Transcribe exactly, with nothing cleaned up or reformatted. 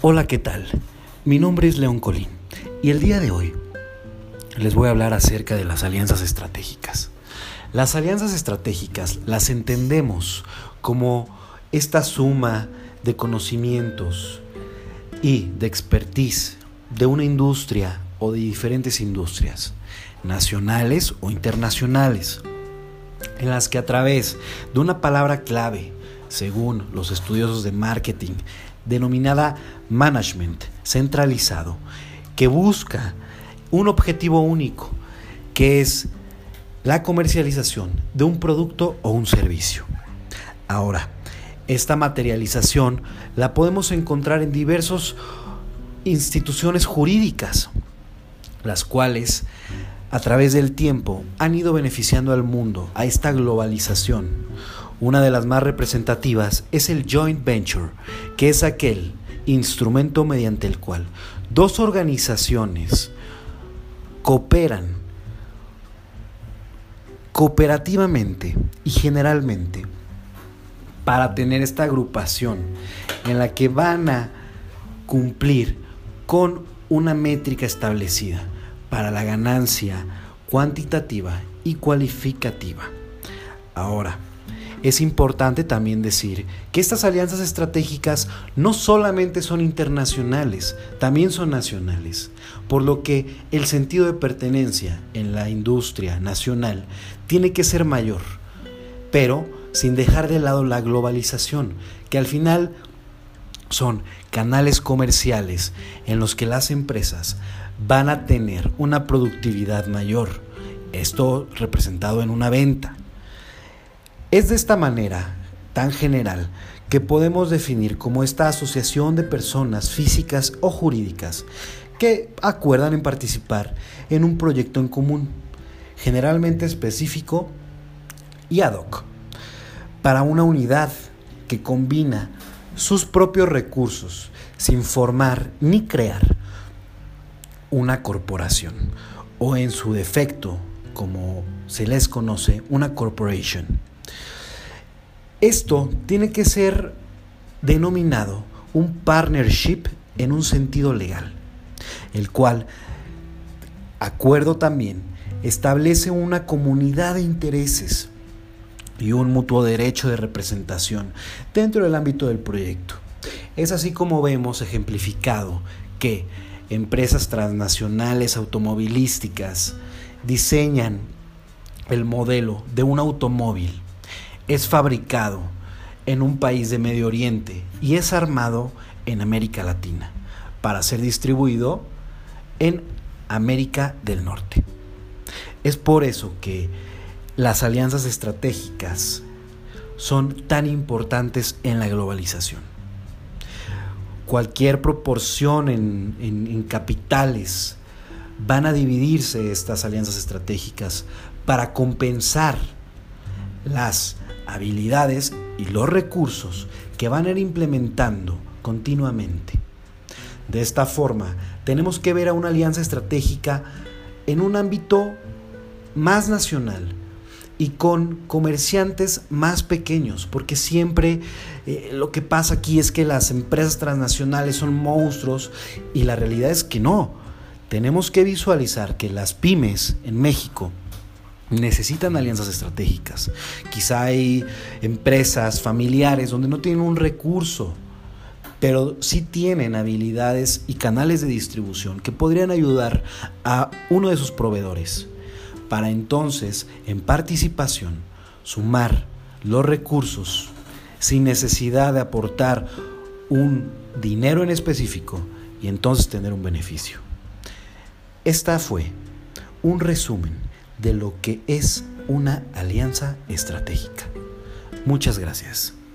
Hola, ¿qué tal? Mi nombre es León Colín y el día de hoy les voy a hablar acerca de las alianzas estratégicas. Las alianzas estratégicas las entendemos como esta suma de conocimientos y de expertise de una industria o de diferentes industrias, nacionales o internacionales, en las que a través de una palabra clave, según los estudiosos de marketing, denominada management centralizado, que busca un objetivo único, que es la comercialización de un producto o un servicio. Ahora, esta materialización la podemos encontrar en diversas instituciones jurídicas, las cuales a través del tiempo han ido beneficiando al mundo a esta globalización. Una de las más representativas es el joint venture, que es aquel instrumento mediante el cual dos organizaciones cooperan cooperativamente y generalmente para tener esta agrupación en la que van a cumplir con una métrica establecida para la ganancia cuantitativa y cualificativa. Ahora, es importante también decir que estas alianzas estratégicas no solamente son internacionales, también son nacionales, por lo que el sentido de pertenencia en la industria nacional tiene que ser mayor, pero sin dejar de lado la globalización, que al final son canales comerciales en los que las empresas van a tener una productividad mayor, esto representado en una venta. Es de esta manera tan general que podemos definir como esta asociación de personas físicas o jurídicas que acuerdan en participar en un proyecto en común, generalmente específico y ad hoc, para una unidad que combina sus propios recursos sin formar ni crear una corporación, o en su defecto, como se les conoce, una corporation. Esto tiene que ser denominado un partnership en un sentido legal, el cual, acuerdo también, establece una comunidad de intereses y un mutuo derecho de representación dentro del ámbito del proyecto. Es así como vemos ejemplificado que empresas transnacionales automovilísticas diseñan el modelo de un automóvil. Es fabricado en un país de Medio Oriente y es armado en América Latina para ser distribuido en América del Norte. Es por eso que las alianzas estratégicas son tan importantes en la globalización. Cualquier proporción en, en, en capitales van a dividirse estas alianzas estratégicas para compensar las habilidades y los recursos que van a ir implementando continuamente. De esta forma, tenemos que ver a una alianza estratégica en un ámbito más nacional y con comerciantes más pequeños, porque siempre eh, lo que pasa aquí es que las empresas transnacionales son monstruos y la realidad es que no. Tenemos que visualizar que las pymes en México necesitan alianzas estratégicas. Quizá hay empresas familiares donde no tienen un recurso, pero sí tienen habilidades y canales de distribución que podrían ayudar a uno de sus proveedores, para entonces, en participación, sumar los recursos sin necesidad de aportar un dinero en específico y entonces tener un beneficio. Esta fue un resumen de lo que es una alianza estratégica. Muchas gracias.